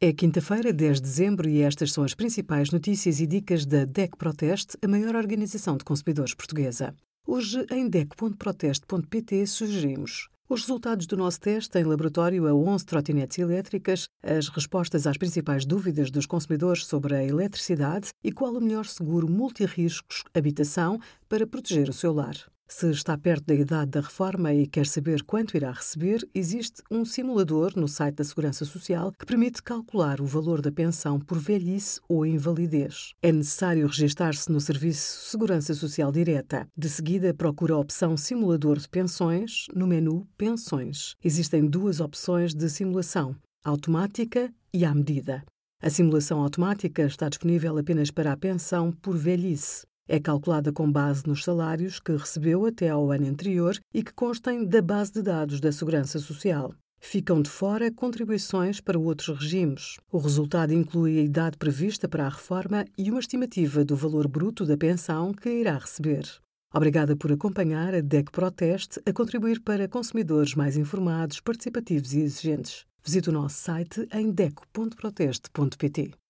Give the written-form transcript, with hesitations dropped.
É quinta-feira, 10 de dezembro, e estas são as principais notícias e dicas da DECO Proteste, a maior organização de consumidores portuguesa. Hoje, em DECO.proteste.pt, sugerimos os resultados do nosso teste em laboratório a 11 trotinetes elétricas, as respostas às principais dúvidas dos consumidores sobre a eletricidade e qual o melhor seguro multirriscos habitação para proteger o seu lar. Se está perto da idade da reforma e quer saber quanto irá receber, existe um simulador no site da Segurança Social que permite calcular o valor da pensão por velhice ou invalidez. É necessário registar-se no Serviço Segurança Social Direta. De seguida, procura a opção Simulador de Pensões no menu Pensões. Existem duas opções de simulação, automática e à medida. A simulação automática está disponível apenas para a pensão por velhice. É calculada com base nos salários que recebeu até ao ano anterior e que constem da base de dados da Segurança Social. Ficam de fora contribuições para outros regimes. O resultado inclui a idade prevista para a reforma e uma estimativa do valor bruto da pensão que irá receber. Obrigada por acompanhar a DECO Proteste a contribuir para consumidores mais informados, participativos e exigentes. Visite o nosso site em deco.proteste.pt.